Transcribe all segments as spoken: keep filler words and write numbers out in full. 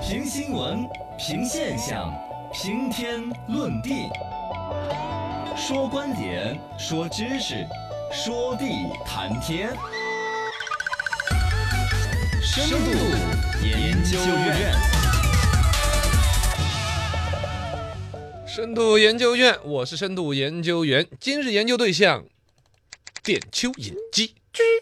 评新闻，评现象，评天论地，说观点，说知识，说地谈天。深度研究院， 深度研究院，我是深度研究员。今日研究对象：电蚯蚓机。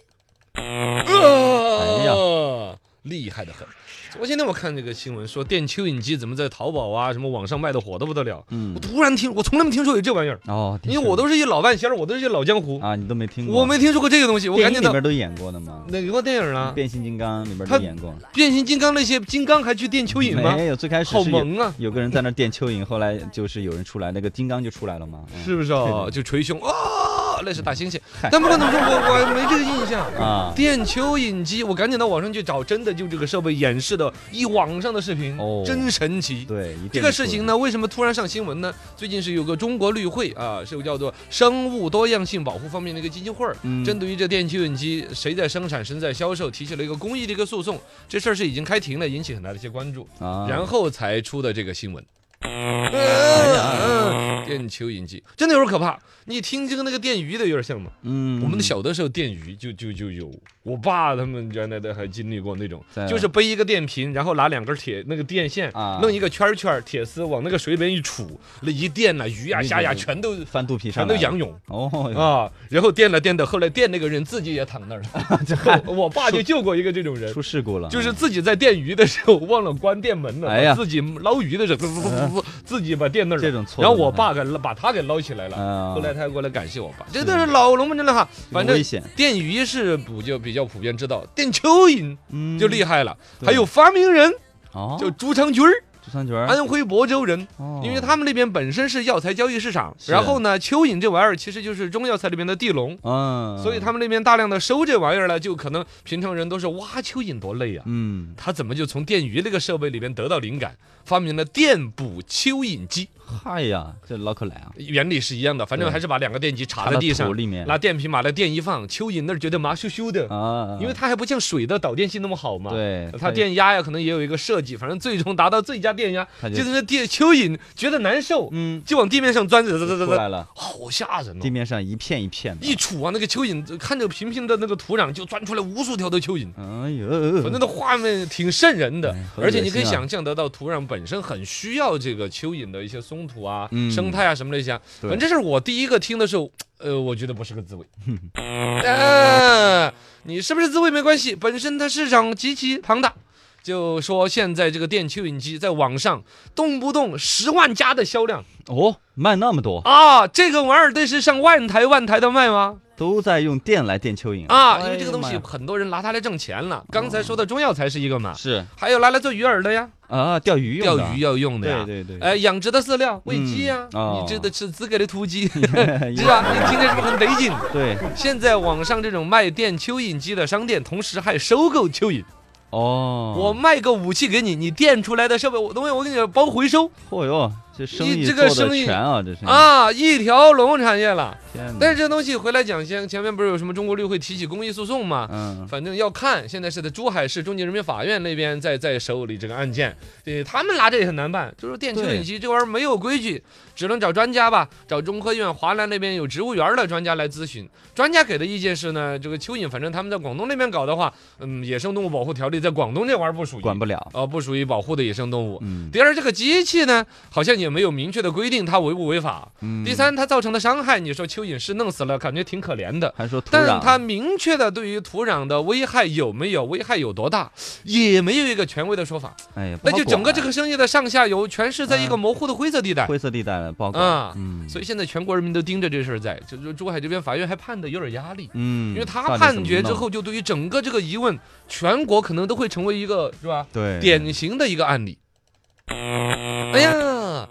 哎呀， 厉害的很！昨天呢，我看这个新闻说电蚯蚓机怎么在淘宝啊、什么网上卖的火得不得了。 嗯， 我突然听，我从来没听说有这玩意儿。 哦， 因为我都是一老半仙儿，我都是一老江湖啊，你都没听过？ 我没听说过这个东西，我赶紧的。 电影里面都演过的吗？ 哪个电影啊？ 变形金刚里面都演过。 变形金刚那些金刚还去电蚯蚓吗？ 没有，最开始好是萌啊！ 有个人在那电蚯蚓，后来就是有人出来，那个金刚就出来了嘛。嗯、 是不是啊？就捶胸啊，那是大猩猩。但不管怎么说，我我还没这个印象啊。 电蚯蚓机，我赶紧到网上去找真的就这个设备演示的一网上的视频， 哦， 真神奇。 对， 这个事情呢，为什么突然上新闻呢？最近是有个中国绿会啊，是有叫做生物多样性保护方面的一个基金会儿， 嗯、 针对于这电蚯蚓机谁在生产谁在销售，提起了一个公益的一个诉讼。这事儿是已经开庭了，引起很大的一些关注， 啊、 然后才出的这个新闻。 哎呀， 电蚯蚓机真的有点可怕。你听这个那个电鱼的有点像吗？ 嗯， 我们小的时候电鱼就就就有，我爸他们原来的还经历过那种， 啊、 就是背一个电瓶，然后拿两根铁那个电线， 啊、 弄一个圈圈铁丝往那个水里边一杵，那一电呐、啊，鱼啊虾呀全都翻肚皮上， 全都仰泳哦啊，然后电了电的，后来电那个人自己也躺那儿了。我爸就救过一个这种人， 出事故了， 就是自己在电鱼的时候忘了关电门了， 哎呀， 自己捞鱼的时候，自己把电那儿， 这种错， 然后我爸给把他给捞起来了， 啊、 后来他过来感谢我爸。这都是老龙门阵了哈，反正危险。 电鱼是普就比较普遍知道，电蚯蚓嗯就厉害了。还有发明人， 哦， 叫朱长军儿。 朱长军儿， 安徽亳州人， 哦、 因为他们那边本身是药材交易市场，然后呢，蚯蚓这玩意儿其实就是中药材里面的地龙， 嗯， 所以他们那边大量的收这玩意儿呢，就可能平常人都是挖蚯蚓多累啊， 嗯， 他怎么就从电鱼那个设备里边得到灵感，发明了电捕蚯蚓机？ 嗨呀，这老可来啊！ 原理是一样的，反正还是把两个电极插在地上，拿电瓶把那电一放，蚯蚓那儿觉得麻羞羞的啊， 因为它还不像水的导电性那么好嘛。 对， 它电压呀可能也有一个设计，反正最终达到最佳电压，就是那电蚯蚓觉得难受， 嗯， 就往地面上钻，走走走走出来了， 好吓人哦！ 地面上一片一片的， 一杵啊，那个蚯蚓看着平平的那个土壤就钻出来无数条的蚯蚓， 哎呦， 反正那画面挺瘆人的，而且你可以啊想象得到土壤本身很需要这个蚯蚓的一些松土啊。 嗯、 生态啊什么那些，反正这是我第一个听的时候，呃，我觉得不是个滋味。啊，你是不是滋味没关系，本身它市场极其庞大。就说现在这个电蚯蚓机在网上动不动十万加的销量哦，卖那么多啊！这个玩意儿得是上万台万台的卖吗？ 都在用电来电蚯蚓啊，因为这个东西很多人拿它来挣钱了。刚才说的中药材是一个嘛， 是， 还有拿来做鱼饵的呀。 啊，钓鱼用的，钓鱼要用的呀， 对对对， 哎，养殖的饲料喂鸡呀， 嗯哦、 你这的是资格的土鸡，是吧？你听着是不是很得劲？ 对， 现在网上这种卖电蚯蚓机的商店，同时还收购蚯蚓。 哦， 我卖个武器给你，你电出来的设备，我东西我给你包回收。 嚯哟，这生意这个生意全啊，这是啊，一条龙产业了。但是这东西回来讲，前前面不是有什么中国绿会提起公益诉讼吗？ 嗯， 反正要看，现在是在珠海市中级人民法院那边在在手里这个案件，呃，他们拿着也很难办，就是电蚯蚓机这玩意儿没有规矩，只能找专家吧，找中科院华南那边有植物园的专家来咨询。专家给的意见是呢，这个蚯蚓，反正他们在广东那边搞的话，嗯，野生动物保护条例在广东这玩意儿不属于， 管不了， 呃，不属于保护的野生动物。 嗯。 第二，这个机器呢，好像也没有明确的规定它违不违法。 嗯。 第三，它造成的伤害，你说蚯蚓是弄死了，感觉挺可怜的。 还说土壤， 但是它明确的对于土壤的危害有没有，危害有多大，也没有一个权威的说法。 哎呀， 那就整个这个生意的上下游全是在一个模糊的灰色地带。 灰色地带了，不好搞啊。 嗯。 所以现在全国人民都盯着这事儿在，就是珠海这边法院还判的有点压力。 嗯。 因为他判决之后，就对于整个这个疑问，全国可能都会成为一个是吧？ 对。 典型的一个案例。哎呀。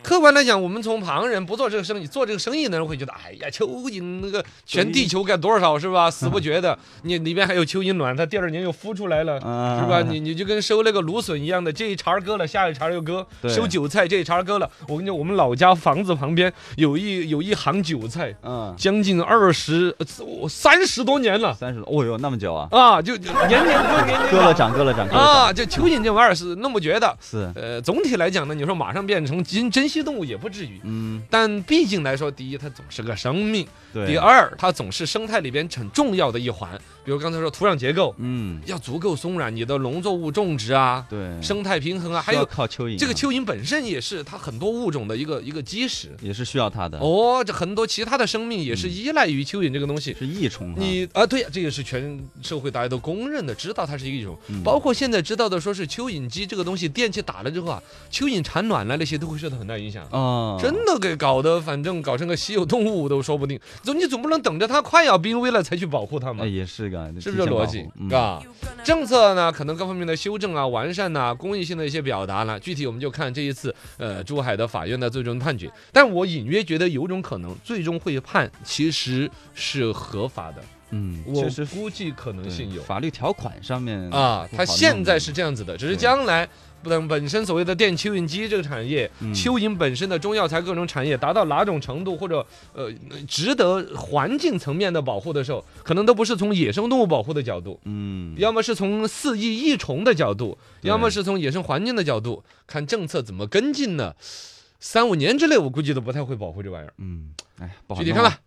客观来讲，我们从旁人不做这个生意，做这个生意的人会觉得，哎呀，蚯蚓那个全地球该多少是吧？死不绝的，你里边还有蚯蚓卵，它第二年又孵出来了， 啊是吧？你你就跟收那个芦笋一样的，这一茬割了，下一茬又割； 对收韭菜，这一茬割了。我跟你讲，我们老家房子旁边有一有一行韭菜， 嗯， 将近二十呃三十多年了三十，哦哟，那么久啊， 啊，就就年年割，年年割了长，割了长，割了啊， 长， 这蚯蚓这玩意儿是弄不绝的。 是， 呃，总体来讲呢，你说马上变成珍珍稀动物也不至于， 嗯， 但毕竟来说，第一，它总是个生命； 对， 第，二，它总是生态里边很重要的一环。比如刚才说土壤结构嗯， 要足够松软，你的农作物种植啊， 对， 生态平衡啊，还需要有靠蚯蚓啊， 这个蚯蚓本身也是它很多物种的一个一个基石。 也是需要它的， 哦，这很多其他的生命也是依赖于蚯蚓这个东西。 是益虫啊， 你啊，对呀，这个是全社会大家都公认的，知道它是一种。 嗯包括现在知道的，说是蚯蚓机这个东西，电器打了之后啊，蚯蚓产卵了那些都会受到很大影响。 哦， 真的给搞得，反正搞成个稀有动物都说不定。总你总不能等着它快要濒危了才去保护它嘛哎，？也是个， 是不是逻辑？ 嗯啊，政策呢，可能各方面的修正啊、完善呐、公益性的一些表达呢，具体我们就看这一次呃珠海的法院的最终判决。但我隐约觉得有种可能，最终会判其实是合法的， 嗯， 我确实估计可能性有。 法律条款上面啊，它不好弄现在是这样子的，只是对将来本本身所谓的电蚯蚓机这个产业， 嗯蚯蚓本身的中药材各种产业达到哪种程度，或者呃值得环境层面的保护的时候，可能都不是从野生动物保护的角度， 嗯， 要么是从四亿益虫的角度， 对要么是从野生环境的角度，看政策怎么跟进呢？三五年之内，我估计都不太会保护这玩意儿， 嗯，哎，不好具体看吧弄啊。